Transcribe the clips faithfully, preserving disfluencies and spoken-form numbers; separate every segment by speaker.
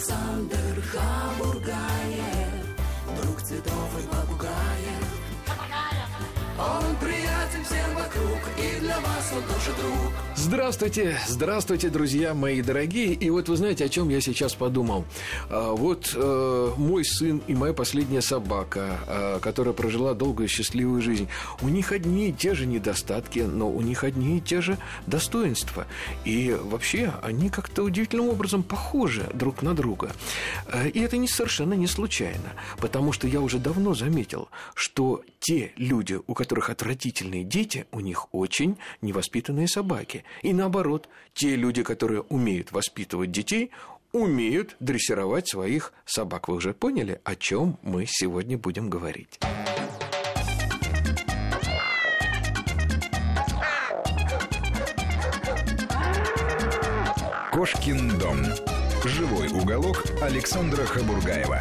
Speaker 1: Александр Хабургаев, друг цветов и попугаев. Он приятен всем вокруг, и для вас он тоже друг.
Speaker 2: Здравствуйте, здравствуйте, друзья мои дорогие. И вот вы знаете, о чем я сейчас подумал. а, Вот а, мой сын и моя последняя собака, а, которая прожила долгую и счастливую жизнь. У них одни и те же недостатки, но у них одни и те же достоинства. И вообще они как-то удивительным образом похожи друг на друга. а, И это не совершенно не случайно. Потому что я уже давно заметил, что те люди, у которых отвратительные дети, у них очень невоспитанные собаки. И наоборот, те люди, которые умеют воспитывать детей, умеют дрессировать своих собак. Вы уже поняли, о чем мы сегодня будем говорить?
Speaker 3: Кошкин дом. Живой уголок Александра Хабургаева.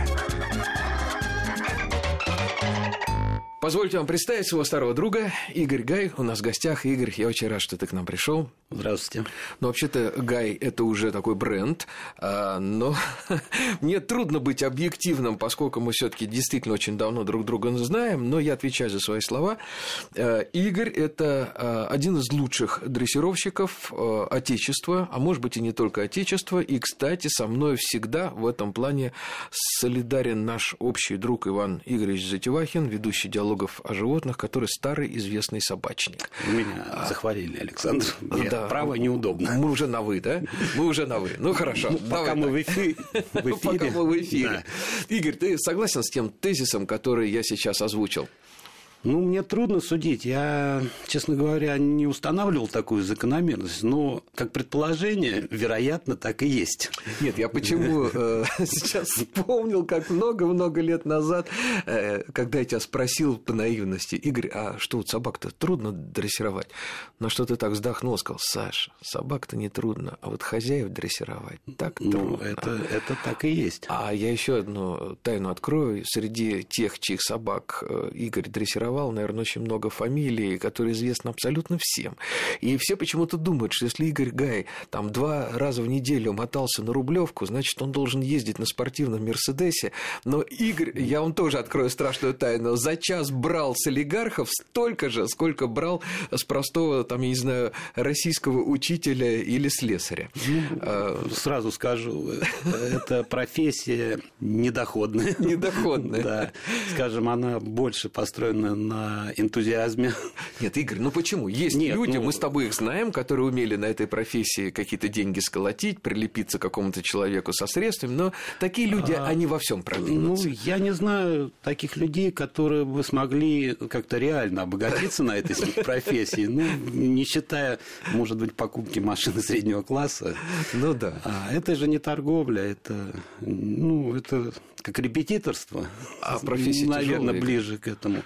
Speaker 2: Позвольте вам представить своего старого друга Игорь Гай. У нас в гостях. Игорь, я очень рад, что ты к нам пришел.
Speaker 4: Здравствуйте.
Speaker 2: Ну, вообще-то, Гай – это уже такой бренд, но мне трудно быть объективным, поскольку мы все-таки действительно очень давно друг друга знаем, но я отвечаю за свои слова. Игорь – это один из лучших дрессировщиков Отечества, а может быть и не только Отечества, и, кстати, со мной всегда в этом плане солидарен наш общий друг Иван Игоревич Затевахин, ведущий диалогов о животных, который старый известный собачник.
Speaker 4: Меня захвалили, Александр.
Speaker 2: Да.
Speaker 4: Право неудобно.
Speaker 2: Мы уже на «вы», да? Мы уже на «вы». Ну, хорошо.
Speaker 4: Ну, пока мы в эфире. В эфире.
Speaker 2: Пока мы в эфире.
Speaker 4: Да.
Speaker 2: Игорь, ты согласен с тем тезисом, который я сейчас озвучил?
Speaker 4: Ну, мне трудно судить. Я, честно говоря, не устанавливал такую закономерность. Но, как предположение, вероятно, так и есть.
Speaker 2: Нет, я почему э, сейчас вспомнил, как много-много лет назад, э, когда я тебя спросил по наивности: Игорь, а что, вот собак-то трудно дрессировать? На что ты так вздохнул, сказал: Саш, собак-то не трудно, а вот хозяев дрессировать так
Speaker 4: ну,
Speaker 2: трудно.
Speaker 4: Это, это так и есть.
Speaker 2: А я еще одну тайну открою. Среди тех, чьих собак Игорь дрессировал, наверное, очень много фамилий, которые известны абсолютно всем. И все почему-то думают, что если Игорь Гай там два раза в неделю мотался на Рублевку, значит, он должен ездить на спортивном Мерседесе. Но Игорь, я вам тоже открою страшную тайну, за час брал с олигархов столько же, сколько брал с простого, там, я не знаю, российского учителя или слесаря.
Speaker 4: Ну, сразу скажу, это профессия недоходная.
Speaker 2: Недоходная.
Speaker 4: Да. Скажем, она больше построена на энтузиазме.
Speaker 2: Нет, Игорь, ну почему? Есть Нет, люди, ну... мы с тобой их знаем, которые умели на этой профессии какие-то деньги сколотить, прилепиться к какому-то человеку со средствами, но такие люди, а... они во всем продвинутся.
Speaker 4: Ну, я не знаю таких людей, которые бы смогли как-то реально обогатиться на этой профессии, ну, не считая, может быть, покупки машины среднего класса.
Speaker 2: Ну да.
Speaker 4: А это же не торговля, это, ну, это как репетиторство.
Speaker 2: А профессия
Speaker 4: наверное,
Speaker 2: тяжелая,
Speaker 4: ближе к этому.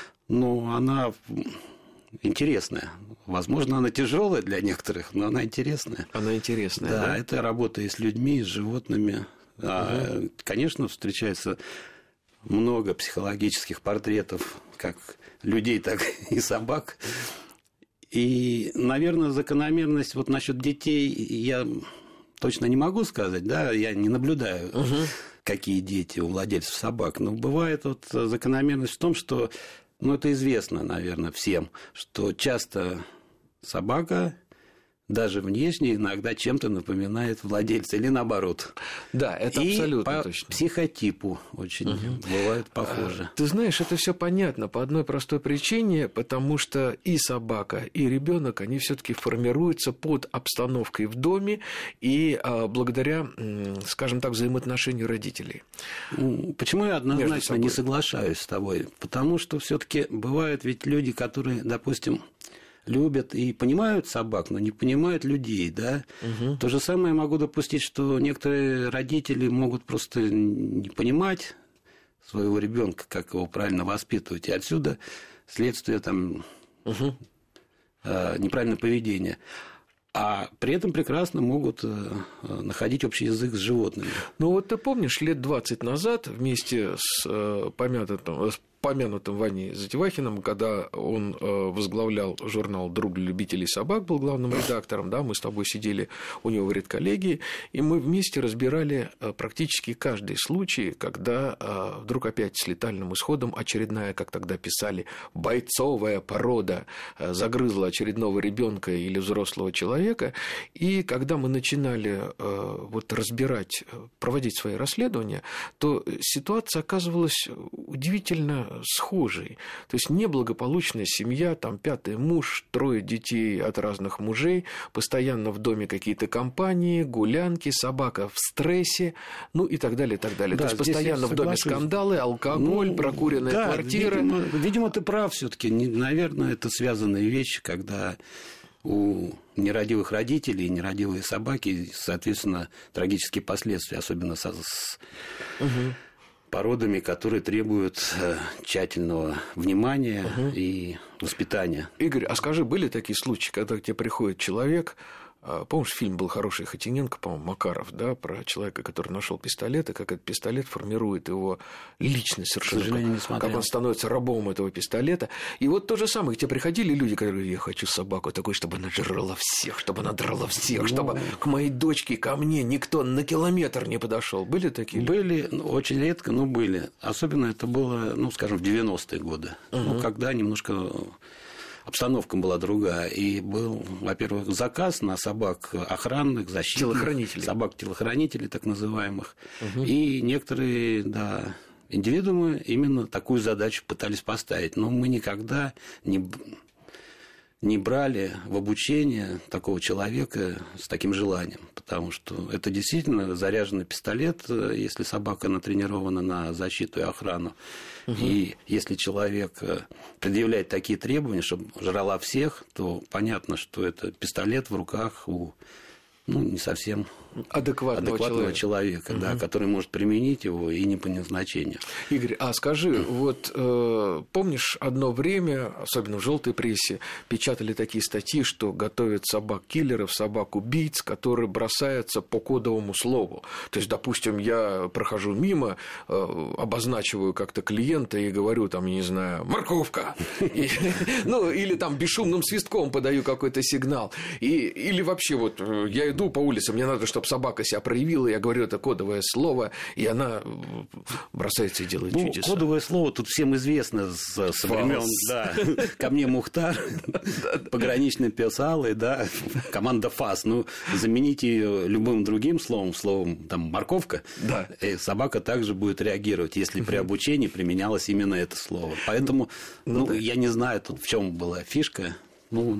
Speaker 4: Но она интересная. Возможно, она тяжелая для некоторых, но она интересная.
Speaker 2: Она интересная.
Speaker 4: Да,
Speaker 2: да?
Speaker 4: это работа и с людьми, и с животными. Угу. А, конечно, встречается много психологических портретов, как людей, так и собак. И, наверное, закономерность вот насчет детей я точно не могу сказать, да, я не наблюдаю, угу. какие дети у владельцев собак. Но бывает вот закономерность в том, что, ну, это известно, наверное, всем, что часто собака даже внешне иногда чем-то напоминает владельца или наоборот.
Speaker 2: Да, это
Speaker 4: и
Speaker 2: абсолютно
Speaker 4: по
Speaker 2: точно.
Speaker 4: Психотипу очень угу. бывают похожи.
Speaker 2: Ты знаешь, это все понятно по одной простой причине, потому что и собака, и ребенок, они все-таки формируются под обстановкой в доме и а, благодаря, скажем так, взаимоотношению родителей.
Speaker 4: Почему я однозначно не соглашаюсь с тобой? Потому что все-таки бывают ведь люди, которые, допустим, любят и понимают собак, но не понимают людей, да. Угу. То же самое я могу допустить, что некоторые родители могут просто не понимать своего ребенка, как его правильно воспитывать, и отсюда следствие там угу. неправильного поведения. А при этом прекрасно могут находить общий язык с животными.
Speaker 2: Ну вот ты помнишь, лет двадцать назад вместе с помянутым, с помянутым Ваней Затевахиным, когда он возглавлял журнал «Друг для любителей собак», был главным редактором, да, мы с тобой сидели у него в редколлегии, и мы вместе разбирали практически каждый случай, когда вдруг опять с летальным исходом очередная, как тогда писали, бойцовая порода загрызла очередного ребенка или взрослого человека, и когда мы начинали вот разбирать, проводить свои расследования, то ситуация оказывалась удивительно схожей. То есть неблагополучная семья, там пятый муж, трое детей от разных мужей, постоянно в доме какие-то компании, гулянки, собака в стрессе, ну и так далее, и так далее. Да, то есть постоянно в доме скандалы, алкоголь, ну, прокуренная да, квартира.
Speaker 4: Видимо, видимо, ты прав все-таки. Наверное, это связанные вещи, когда у нерадивых родителей, нерадивые собаки, соответственно, трагические последствия, особенно с, с угу. породами, которые требуют тщательного внимания угу. и воспитания.
Speaker 2: Игорь, а скажи, были такие случаи, когда к тебе приходит человек, помнишь, фильм был хороший Хотиненко, по-моему, Макаров, да, про человека, который нашел пистолет, и как этот пистолет формирует его личность совершенно, как, как он становится рабом этого пистолета. И вот то же самое, к тебе приходили люди, которые говорят, я хочу собаку такой, чтобы она жрала всех, чтобы она драла всех, ну, чтобы к моей дочке, ко мне никто на километр не подошел. Были такие люди?
Speaker 4: Были, ну, очень редко, но были. Особенно это было, ну, скажем, в девяностые годы, угу. ну, когда немножко... обстановка была другая, и был, во-первых, заказ на собак охранных, защитных,
Speaker 2: телохранителей.
Speaker 4: собак-телохранителей, так называемых, угу. и некоторые, да, индивидуумы именно такую задачу пытались поставить, но мы никогда не, не брали в обучение такого человека с таким желанием, потому что это действительно заряженный пистолет, если собака натренирована на защиту и охрану. Угу. И если человек предъявляет такие требования, чтобы жрала всех, то понятно, что это пистолет в руках у, ну, не совсем
Speaker 2: адекватного,
Speaker 4: адекватного человека, человека угу. да, который может применить его и не по назначению.
Speaker 2: Игорь, а скажи, вот э, помнишь, одно время, особенно в желтой прессе, печатали такие статьи, что готовят собак-киллеров, собак-убийц, которые бросаются по кодовому слову. То есть, допустим, я прохожу мимо, э, обозначиваю как-то клиента и говорю, там, не знаю, морковка, ну, или там бесшумным свистком подаю какой-то сигнал. Или вообще вот я иду по улице, мне надо, чтобы собака себя проявила, я говорю это кодовое слово, и она бросается и делает
Speaker 4: ну,
Speaker 2: чудеса.
Speaker 4: Кодовое слово тут всем известно с, с времен, да, ко мне Мухтар, пограничный пес Алый, да, команда ФАС, ну, замените ее любым другим словом, словом, там, морковка, да. и собака также будет реагировать, если при обучении применялось именно это слово. Поэтому, ну, ну да. я не знаю, тут в чем была фишка. Ну,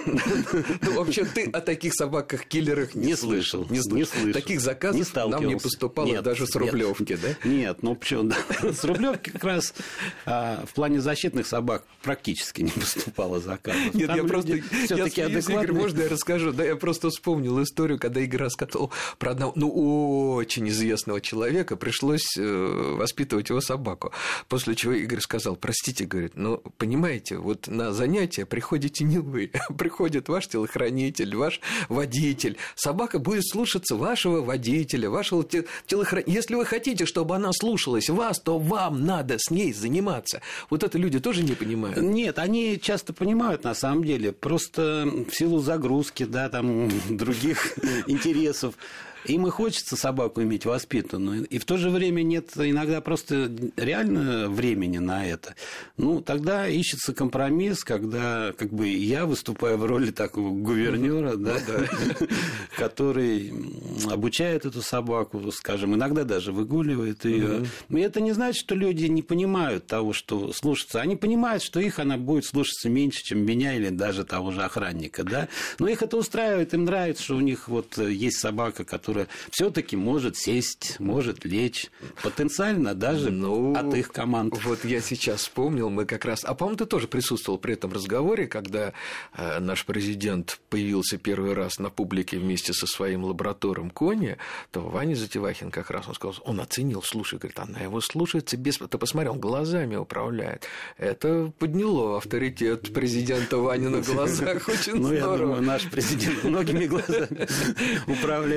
Speaker 2: вообще, ты о таких собаках-киллерах не слышал. Не слышал. Таких заказов нам не поступало даже с Рублевки, да?
Speaker 4: Нет, ну почему? С Рублевки как раз в плане защитных собак практически не поступало заказов.
Speaker 2: Нет, я просто... Все-таки адекватно. Можно я расскажу? Да, я просто вспомнил историю, когда Игорь рассказывал про одного, ну, очень известного человека, пришлось воспитывать его собаку. После чего Игорь сказал, простите, говорит, ну, понимаете, вот на занятия приходите не вы, приходит ваш телохранитель, ваш водитель. Собака будет слушаться вашего водителя, вашего телохранителя. Если вы хотите, чтобы она слушалась вас, то вам надо с ней заниматься. Вот это люди тоже не понимают.
Speaker 4: Нет, они часто понимают на самом деле. Просто в силу загрузки, да, там, других интересов. Им и хочется собаку иметь воспитанную, и в то же время нет иногда просто реально времени на это. Ну, тогда ищется компромисс, когда как бы я выступаю в роли такого гувернера, да, который обучает эту собаку, скажем, иногда даже выгуливает ее. И это не значит, что люди не понимают того, что слушаться. Они понимают, что их она будет слушаться меньше, чем меня или даже того же охранника, да. Но их это устраивает, им нравится, что у них вот есть собака, которая все-таки может сесть, может лечь, потенциально даже ну, от их команд.
Speaker 2: Вот я сейчас вспомнил, мы как раз... А, по-моему, ты тоже присутствовал при этом разговоре, когда э, наш президент появился первый раз на публике вместе со своим лаборатором Кони, то Ваня Затевахин как раз, он сказал, он оценил, слушай, говорит, она его слушается без... Ты посмотри, он глазами управляет. Это подняло авторитет президента Вани на глазах очень здорово.
Speaker 4: Ну, я думаю, наш президент многими глазами управляет.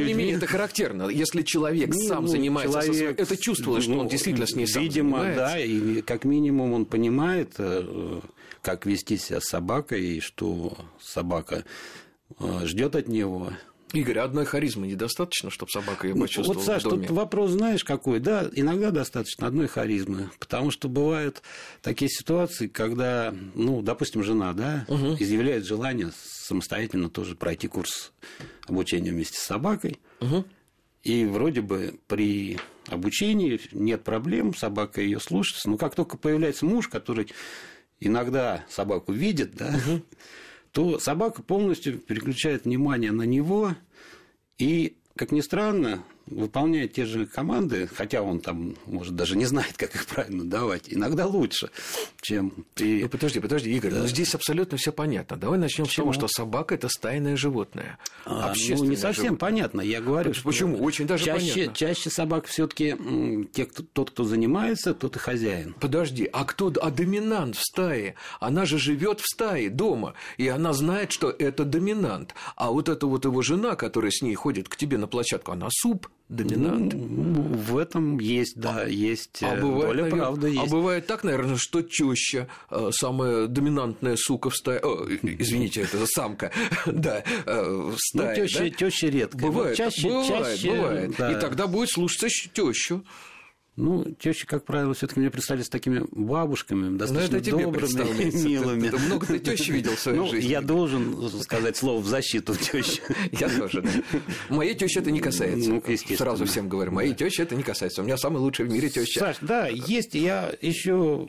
Speaker 4: людьми.
Speaker 2: не менее, это характерно. Если человек
Speaker 4: ну,
Speaker 2: сам
Speaker 4: ну,
Speaker 2: занимается...
Speaker 4: Человек,
Speaker 2: со... Это чувствовалось, что
Speaker 4: ну,
Speaker 2: он действительно с ней сам
Speaker 4: видимо,
Speaker 2: занимается.
Speaker 4: да, и как минимум он понимает, как вести себя с собакой, и что собака ждет от него.
Speaker 2: Игорь, одной харизмы недостаточно, чтобы собака ее почувствовала
Speaker 4: вот, Саш,
Speaker 2: в доме?
Speaker 4: тут вопрос знаешь какой? Да, иногда достаточно одной харизмы, потому что бывают такие ситуации, когда, ну, допустим, жена, да, угу. изъявляет желание самостоятельно тоже пройти курс обучения вместе с собакой, угу. и вроде бы при обучении нет проблем, собака ее слушается, но как только появляется муж, который иногда собаку видит, да, угу. то собака полностью переключает внимание на него и, как ни странно, выполняет те же команды, хотя он там, может, даже не знает, как их правильно давать, иногда лучше, чем при...
Speaker 2: Ну, подожди, подожди, Игорь, да. ну здесь абсолютно все понятно. Давай начнем с того, что собака – это стайное животное,
Speaker 4: а, ну, не совсем животное. Понятно, я говорю,
Speaker 2: Почему? что... Почему? Очень даже
Speaker 4: чаще,
Speaker 2: понятно. Чаще
Speaker 4: собак все таки те, кто, тот, кто занимается, тот и хозяин.
Speaker 2: Подожди, а кто, а доминант в стае? Она же живет в стае дома, и она знает, что это доминант. А вот эта вот его жена, которая с ней ходит к тебе на площадку, она суп. Доминант.
Speaker 4: Ну, в этом есть, да,
Speaker 2: а,
Speaker 4: есть
Speaker 2: а бывает,
Speaker 4: доля
Speaker 2: наверное,
Speaker 4: правды есть.
Speaker 2: А бывает так, наверное, что теща, самая доминантная сука в стае, о, извините, это самка, да, в стае.
Speaker 4: Ну, теща, теща редко.
Speaker 2: Бывает,
Speaker 4: чаще,
Speaker 2: бывает,
Speaker 4: чаще,
Speaker 2: бывает.
Speaker 4: Да.
Speaker 2: И тогда будет слушаться тещу.
Speaker 4: Ну, тещи, как правило, все-таки мне представились такими бабушками, достаточно добрыми, милыми.
Speaker 2: Ты много ты тещи видел в своей
Speaker 4: ну,
Speaker 2: жизни.
Speaker 4: Я должен сказать слово в защиту тещи.
Speaker 2: Я тоже, да. Моей тещи это не касается.
Speaker 4: Ну, естественно.
Speaker 2: Сразу всем говорю, моей тещи это не касается. У меня самая лучшая в мире теща.
Speaker 4: Саш, да, есть, я еще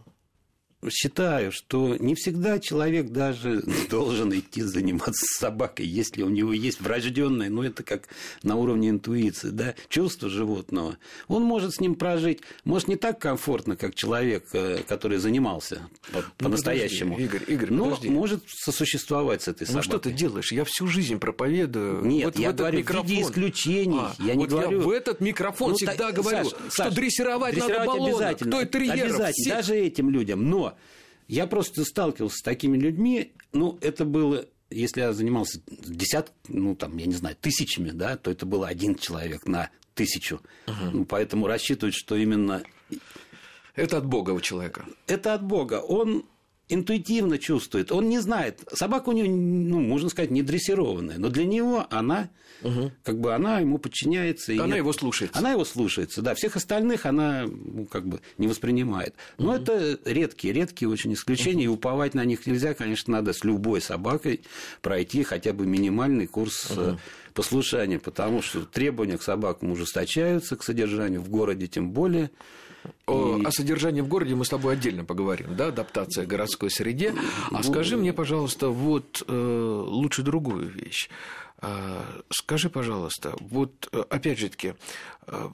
Speaker 4: считаю, что не всегда человек даже должен идти заниматься собакой, если у него есть врожденное, ну, это как на уровне интуиции, да, чувство животного. Он может с ним прожить, может, не так комфортно, как человек, который занимался ну, по-настоящему,
Speaker 2: Игорь, Игорь,
Speaker 4: но
Speaker 2: подожди.
Speaker 4: может сосуществовать с этой собакой.
Speaker 2: Ну, что ты делаешь? Я всю жизнь проповедую.
Speaker 4: Нет,
Speaker 2: вот
Speaker 4: я
Speaker 2: в
Speaker 4: говорю,
Speaker 2: микрофон.
Speaker 4: в виде исключений.
Speaker 2: А,
Speaker 4: я не
Speaker 2: вот
Speaker 4: говорю...
Speaker 2: я в этот микрофон ну, всегда так, говорю,
Speaker 4: Саш,
Speaker 2: что
Speaker 4: Саш,
Speaker 2: дрессировать,
Speaker 4: дрессировать
Speaker 2: надо баллонок,
Speaker 4: обязательно,
Speaker 2: той терьеров.
Speaker 4: обязательно,
Speaker 2: всех...
Speaker 4: даже этим людям, но... Я просто сталкивался с такими людьми, ну, это было, если я занимался десят, ну, там, я не знаю, тысячами, да, то это был один человек на тысячу. Uh-huh. Ну, поэтому рассчитывать, что именно...
Speaker 2: Это от Бога у человека.
Speaker 4: Это от Бога. Он интуитивно чувствует, он не знает. Собака у него, ну, можно сказать, не дрессированная, но для него она, угу. как бы, она ему подчиняется. И
Speaker 2: она
Speaker 4: нет...
Speaker 2: его слушается.
Speaker 4: Она его слушается, да. Всех остальных она, ну, как бы, не воспринимает. Но угу. это редкие, редкие очень исключения, угу. и уповать на них нельзя. Конечно, надо с любой собакой пройти хотя бы минимальный курс угу. послушания, потому что требования к собакам ужесточаются, к содержанию в городе тем более.
Speaker 2: О,
Speaker 4: и...
Speaker 2: о содержании в городе мы с тобой отдельно поговорим, да, адаптация к городской среде. А скажи мне, пожалуйста, вот э, лучше другую вещь. Э, скажи, пожалуйста, вот опять же таки э,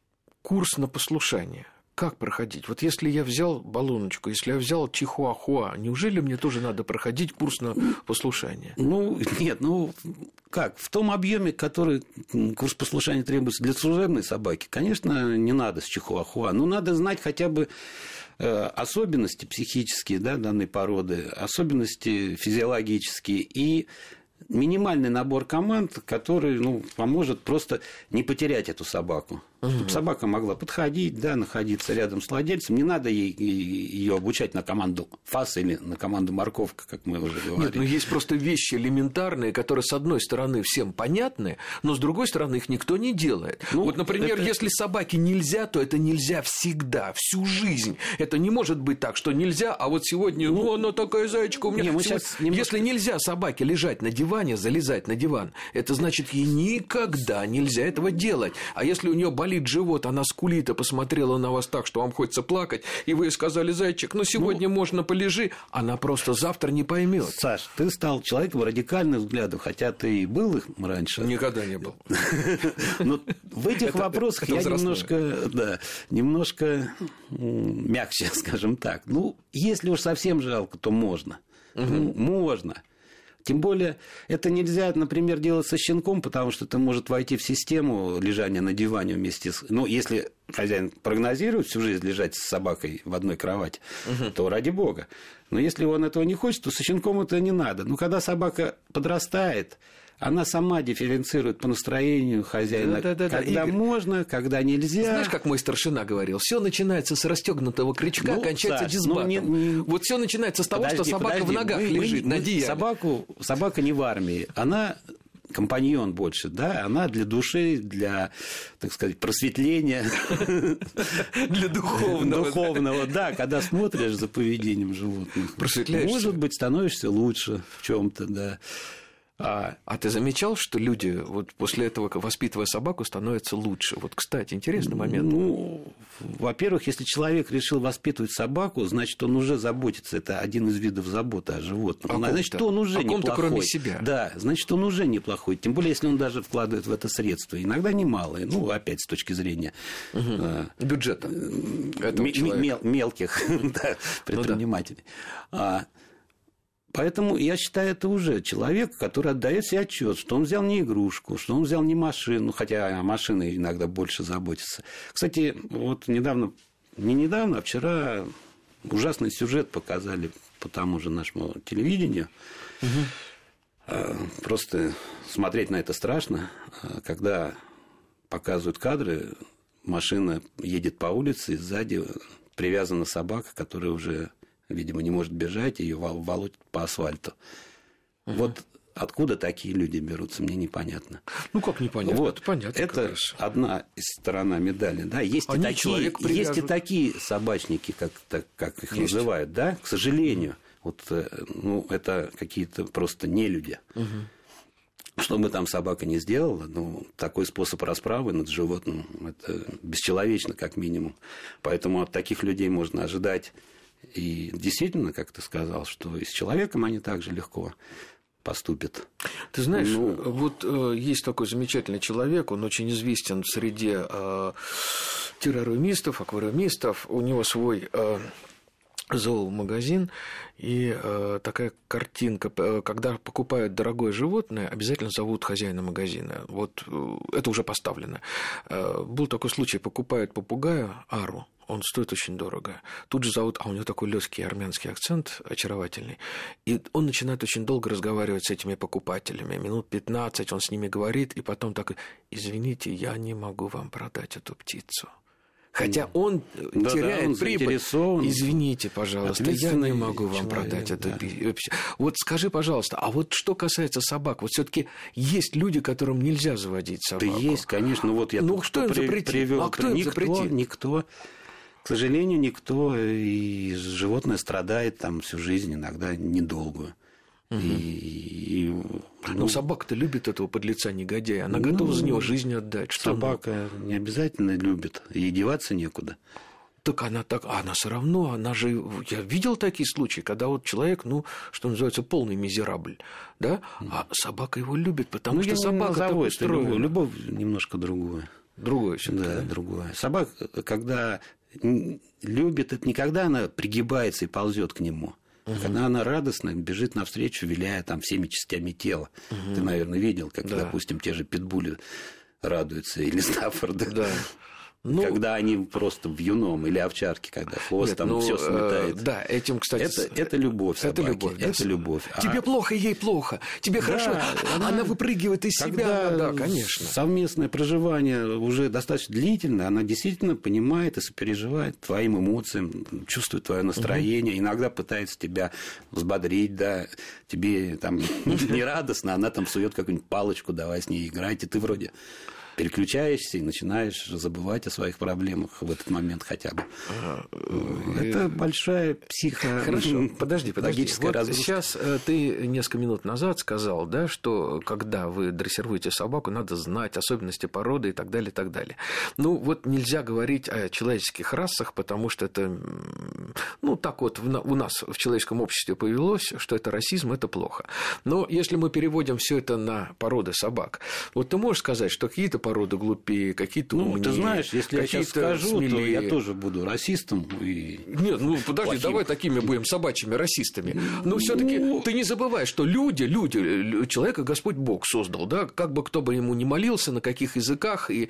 Speaker 2: курс на послушание. Как проходить? Вот если я взял баллоночку, если я взял чихуахуа, неужели мне тоже надо проходить курс на послушание?
Speaker 4: Ну, нет, ну, как? В том объеме, который курс послушания требуется для служебной собаки, конечно, не надо с чихуахуа. Но надо знать хотя бы особенности психические, да, данной породы, особенности физиологические и минимальный набор команд, который, ну, поможет просто не потерять эту собаку. Угу. Чтобы собака могла подходить, да, находиться рядом с владельцем. Не надо ей, ее обучать на команду фас или на команду морковка, как мы уже говорили.
Speaker 2: Нет, но есть просто вещи элементарные, которые, с одной стороны, всем понятны, но с другой стороны, их никто не делает. Ну, вот, например, это... если собаке нельзя, то это нельзя всегда, всю жизнь. Это не может быть так, что нельзя, а вот сегодня, ну, ну она такая зайчка у меня.
Speaker 4: Не, мы
Speaker 2: сегодня...
Speaker 4: сейчас немножко...
Speaker 2: Если нельзя собаке лежать на диване, залезать на диван, это значит, ей никогда нельзя этого делать. А если у нее болит живот, она скулит и посмотрела на вас так, что вам хочется плакать, и вы сказали: зайчик, ну сегодня ну, можно полежи, она просто завтра не поймет.
Speaker 4: Саш, ты стал человеком радикальных взглядов, хотя ты и был их раньше.
Speaker 2: Никогда не был.
Speaker 4: Но в этих вопросах я немножко, да, немножко мягче, скажем так. Ну, если уж совсем жалко, то можно. Можно. Тем более, это нельзя, например, делать со щенком, потому что это может войти в систему лежания на диване вместе с... Ну, если хозяин прогнозирует всю жизнь лежать с собакой в одной кровати, угу. то ради бога. Но если он этого не хочет, то со щенком это не надо. Но когда собака подрастает, она сама дифференцирует по настроению хозяина,
Speaker 2: да, да, да,
Speaker 4: когда
Speaker 2: Игорь,
Speaker 4: можно, когда нельзя.
Speaker 2: Знаешь, как мой старшина говорил, все начинается с расстегнутого крючка,
Speaker 4: ну,
Speaker 2: кончается
Speaker 4: Саш,
Speaker 2: дисбатом.
Speaker 4: Ну, не, не...
Speaker 2: Вот все начинается с того,
Speaker 4: подожди,
Speaker 2: что собака
Speaker 4: подожди.
Speaker 2: в ногах
Speaker 4: мы,
Speaker 2: лежит
Speaker 4: мы,
Speaker 2: на
Speaker 4: мы
Speaker 2: одеяле.
Speaker 4: Собаку, собака не в армии, она компаньон больше, да, она для души, для, так сказать, просветления.
Speaker 2: Для духовного.
Speaker 4: Духовного, да, когда смотришь за поведением животных.
Speaker 2: Просветляешься.
Speaker 4: Может быть, становишься лучше в чем-то, да.
Speaker 2: А, а ты замечал, что люди вот после этого, воспитывая собаку, становятся лучше? Вот, кстати, интересный момент.
Speaker 4: Ну, во-первых, если человек решил воспитывать собаку, значит, он уже заботится. Это один из видов заботы о животном.
Speaker 2: О
Speaker 4: значит, он уже
Speaker 2: о ком-то,
Speaker 4: неплохой.
Speaker 2: кроме себя.
Speaker 4: Да, значит, он уже неплохой. Тем более, если он даже вкладывает в это средства. Иногда немалые. Ну, опять с точки зрения
Speaker 2: угу. э, бюджета этого
Speaker 4: м- мел- мелких да, предпринимателей. Ну, да. Поэтому я считаю, это уже человек, который отдает себе отчет, что он взял не игрушку, что он взял не машину, хотя о машине иногда больше заботится. Кстати, вот недавно, не недавно, а вчера ужасный сюжет показали по тому же нашему телевидению. Угу. Просто смотреть на это страшно, когда показывают кадры, машина едет по улице, и сзади привязана собака, которая уже... видимо, не может бежать, ее волочат по асфальту. Угу. Вот откуда такие люди берутся, мне непонятно.
Speaker 2: Ну, как непонятно?
Speaker 4: Вот,
Speaker 2: это понятно.
Speaker 4: Это одна сторона медали. Да? Есть, и такие, есть и такие собачники, как, так, как их есть. Называют, да? К сожалению. Вот, ну, это какие-то просто нелюди. Угу. Что бы там собака ни сделала, ну, такой способ расправы над животным, это бесчеловечно, как минимум. Поэтому от таких людей можно ожидать. И действительно, как ты сказал, что и с человеком они также легко поступят.
Speaker 2: Ты знаешь, ну, вот э, есть такой замечательный человек, он очень известен в среде э, террариумистов, аквариумистов, у него свой... Э, зоомагазин, и э, такая картинка, когда покупают дорогое животное, обязательно зовут хозяина магазина. Вот э, это уже поставлено. Э, был такой случай, покупают попугая Ару, он стоит очень дорого. Тут же зовут, а у него такой легкий армянский акцент, очаровательный, и он начинает очень долго разговаривать с этими покупателями, минут пятнадцать он с ними говорит, и потом такой: извините, я не могу вам продать эту птицу. Хотя он да, теряет да, он прибыль. Извините, пожалуйста, я не могу вам человек, продать эту да. птицу. Вот скажи, пожалуйста, а вот что касается собак, вот все-таки есть люди, которым нельзя заводить собаку.
Speaker 4: Да есть, конечно. Вот я
Speaker 2: ну, кто им запретит?
Speaker 4: Привел,
Speaker 2: а кто им
Speaker 4: никто,
Speaker 2: запретит?
Speaker 4: Никто. К сожалению, никто. И животное страдает там всю жизнь, иногда недолгую. Угу. И, и,
Speaker 2: ну, Но собака-то любит этого подлеца негодяя. Она ну, готова за него жизнь отдать. Что
Speaker 4: собака ну? не обязательно любит. Ей деваться некуда.
Speaker 2: Так она так, а она все равно, она же, я видел такие случаи, когда вот человек, ну, что называется, полный мизерабль, да, а собака его любит, потому ну, что собака так устроена.
Speaker 4: Любовь, любовь немножко другое.
Speaker 2: Другое всё-таки,
Speaker 4: да,
Speaker 2: да,
Speaker 4: другое. Собака, когда любит, это не когда она пригибается и ползет к нему. Угу. Когда она радостно бежит навстречу, виляя там всеми частями тела. Угу. Ты, наверное, видел, как, да. допустим, те же питбули радуются, или Стаффорды.
Speaker 2: Да. Ну,
Speaker 4: когда они просто вьюном, или овчарки, когда хвост там ну, все сметает.
Speaker 2: Э, да, этим, кстати...
Speaker 4: Это, это любовь собаки. Это любовь. Да? Это любовь.
Speaker 2: Тебе а... плохо, ей плохо. Тебе да, хорошо, она... она выпрыгивает из
Speaker 4: когда
Speaker 2: себя. Да, конечно.
Speaker 4: Совместное проживание уже достаточно длительное, она действительно понимает и сопереживает твоим эмоциям, чувствует твое настроение, угу. иногда пытается тебя взбодрить, да, тебе там не радостно, она там сует какую-нибудь палочку, давай с ней играть, и ты вроде... переключаешься и начинаешь забывать о своих проблемах в этот момент хотя бы. Это большая психо...
Speaker 2: Хорошо, подожди, подожди. Вот
Speaker 4: разгрузка.
Speaker 2: Сейчас ты несколько минут назад сказал, да, что когда вы дрессируете собаку, надо знать особенности породы и так далее, и так далее. Ну, вот нельзя говорить о человеческих расах, потому что это... Ну, так вот у нас в человеческом обществе повелось, что это расизм, это плохо. Но если мы переводим все это на породы собак, вот ты можешь сказать, что какие-то породы глупее, какие-то умнее.
Speaker 4: Ну, ты знаешь, если я сейчас скажу,
Speaker 2: смелее.
Speaker 4: то я тоже буду расистом. И...
Speaker 2: Нет, ну подожди,
Speaker 4: плохим.
Speaker 2: Давай такими будем собачьими расистами. Но все-таки
Speaker 4: Ну...
Speaker 2: ты не забывай, что люди, люди, человека Господь Бог создал, да, как бы кто бы ему ни молился, на каких языках, и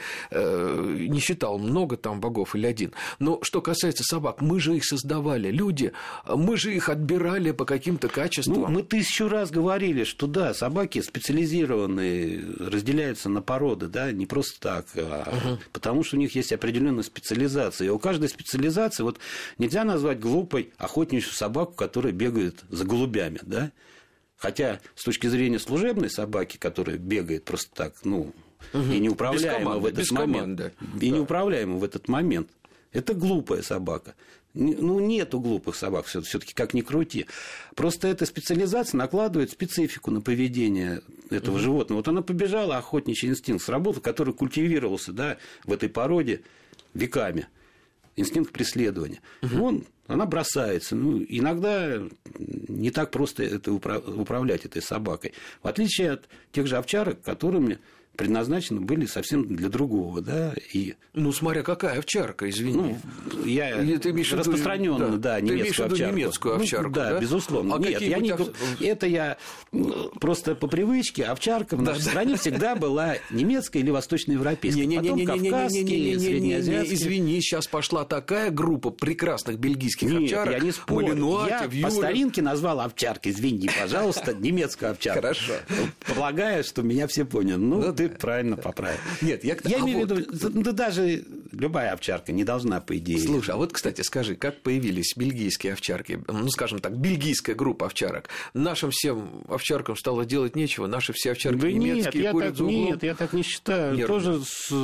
Speaker 2: э, не считал много там богов или один. Но что касается собак, мы же их создавали, люди, мы же их отбирали по каким-то качествам.
Speaker 4: Ну, мы тысячу раз говорили, что да, собаки специализированные, разделяются на породы, да, не просто так, а угу. потому что у них есть определенная специализация. И у каждой специализации, вот нельзя назвать глупой охотничью собаку, которая бегает за голубями, да. Хотя с точки зрения служебной собаки, которая бегает просто так, ну, угу. и неуправляема в этот момент, и да. неуправляема в этот момент, это глупая собака. Ну, нету глупых собак, все-таки как ни крути. Просто эта специализация накладывает специфику на поведение этого угу. животного. Вот она побежала, охотничий инстинкт сработал, который культивировался, да, в этой породе веками. Инстинкт преследования. Угу. Он, она бросается. Ну, иногда не так просто это управлять этой собакой. В отличие от тех же овчарок, которыми предназначены были совсем для другого, да, и...
Speaker 2: Ну, смотря какая овчарка, извини.
Speaker 4: Ну, я распространённо, да, да, немецкую овчарку.
Speaker 2: немецкую овчарку,
Speaker 4: ну, да,
Speaker 2: да,
Speaker 4: безусловно.
Speaker 2: А
Speaker 4: Нет, я не...
Speaker 2: ов...
Speaker 4: это я просто по привычке, овчарка в нашей да, стране да. всегда была немецкая или восточноевропейская, не, потом кавказские, среднеазиатские.
Speaker 2: Извини, сейчас пошла такая группа прекрасных бельгийских
Speaker 4: Нет,
Speaker 2: овчарок.
Speaker 4: я не спорю. Я по старинке назвал овчарки, извини, пожалуйста, немецкую овчарку.
Speaker 2: Хорошо.
Speaker 4: Полагаю, что меня все поняли. Ну, ты правильно поправил.
Speaker 2: Нет, я,
Speaker 4: я
Speaker 2: а
Speaker 4: имею в
Speaker 2: вот...
Speaker 4: виду, да даже любая овчарка не должна, по идее.
Speaker 2: Слушай, а вот, кстати, скажи, как появились бельгийские овчарки, ну, скажем так, бельгийская группа овчарок? Нашим всем овчаркам стало делать нечего, наши все овчарки да немецкие,
Speaker 4: нет,
Speaker 2: курят за углом.
Speaker 4: Нет, я так не считаю. Нервно. Тоже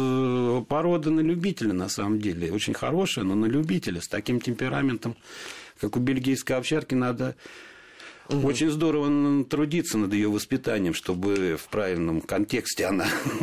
Speaker 4: с породы на любителя, на самом деле. Очень хорошая, но на любителя. С таким темпераментом, как у бельгийской овчарки, надо... Угу. Очень здорово трудиться над ее воспитанием, чтобы в правильном контексте она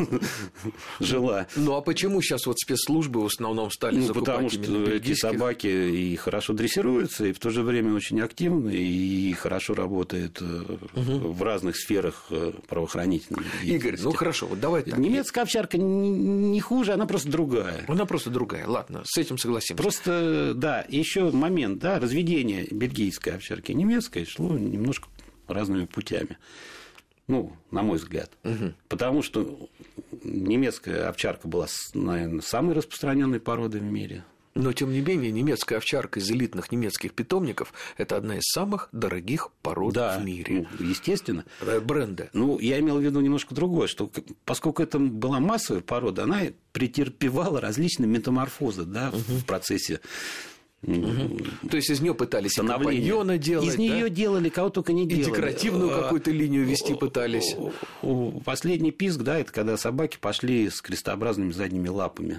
Speaker 4: жила.
Speaker 2: Ну а почему сейчас вот спецслужбы в основном стали
Speaker 4: ну,
Speaker 2: закупать
Speaker 4: потому что эти собаки и хорошо дрессируются, и в то же время очень активны, и хорошо работают угу. в разных сферах правоохранительной
Speaker 2: Игорь, ну хорошо, вот давай так.
Speaker 4: Немецкая овчарка не хуже, она просто другая.
Speaker 2: Она просто другая, ладно, с этим согласимся.
Speaker 4: Просто, да, еще момент, да, разведение бельгийской овчарки и немецкой шло немножко разными путями. Ну, на мой взгляд. Угу. Потому что немецкая овчарка была, наверное, самой распространенной породой в мире.
Speaker 2: Но, тем не менее, немецкая овчарка из элитных немецких питомников – это одна из самых дорогих пород
Speaker 4: да,
Speaker 2: в мире.
Speaker 4: Ну, естественно.
Speaker 2: Бренды.
Speaker 4: Ну, я имел в виду немножко другое, что поскольку это была массовая порода, она претерпевала различные метаморфозы, да, угу. в процессе.
Speaker 2: Угу. То есть из нее пытались и компаньона делать,
Speaker 4: из нее
Speaker 2: да?
Speaker 4: делали, кого только не делали.
Speaker 2: И декоративную какую-то линию вести пытались.
Speaker 4: Последний писк, да, это когда собаки пошли с крестообразными задними лапами.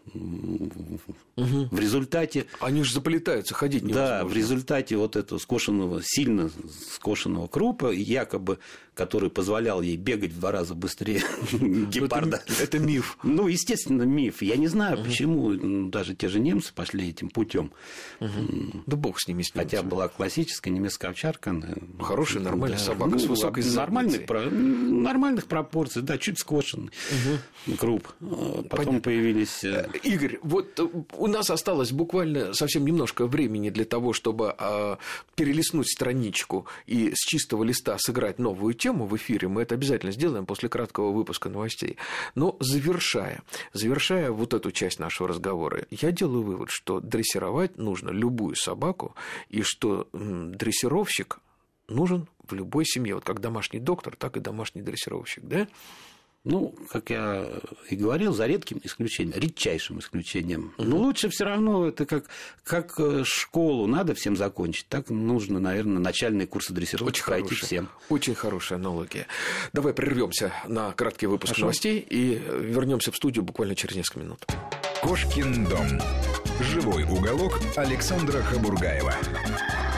Speaker 4: Угу. В результате...
Speaker 2: Они же заплетаются, ходить невозможно.
Speaker 4: Да, в результате вот этого скошенного, сильно скошенного крупа, якобы, который позволял ей бегать в два раза быстрее гепарда.
Speaker 2: Это, это миф.
Speaker 4: Ну, естественно, миф. Я не знаю, угу. почему даже те же немцы пошли этим путем.
Speaker 2: Угу. Да бог с ними, с
Speaker 4: Хотя была классическая немецкая овчарка. Она...
Speaker 2: Хорошая, нормальная да. собака ну, с высокой
Speaker 4: нормальных, про... нормальных пропорций, да, чуть скошенный угу. круп. Потом Понятно. Появились...
Speaker 2: Игорь, вот у нас осталось буквально совсем немножко времени для того, чтобы а, перелистнуть страничку и с чистого листа сыграть новую тему в эфире. Мы это обязательно сделаем после краткого выпуска новостей. Но завершая, завершая вот эту часть нашего разговора, я делаю вывод, что дрессировать нужно любую собаку, и что м, дрессировщик нужен в любой семье. Вот как домашний доктор, так и домашний дрессировщик, да?
Speaker 4: Ну, как я и говорил, за редким исключением, редчайшим исключением. Uh-huh. Но лучше все равно это как, как школу надо всем закончить, так нужно, наверное, начальные курсы дрессировки
Speaker 2: очень
Speaker 4: пройти
Speaker 2: хорошая,
Speaker 4: всем.
Speaker 2: Очень хорошая аналогия. Давай прервемся на краткий выпуск Хорошо. новостей и вернемся в студию буквально через несколько минут.
Speaker 3: Кошкин дом. Живой уголок Александра Хабургаева.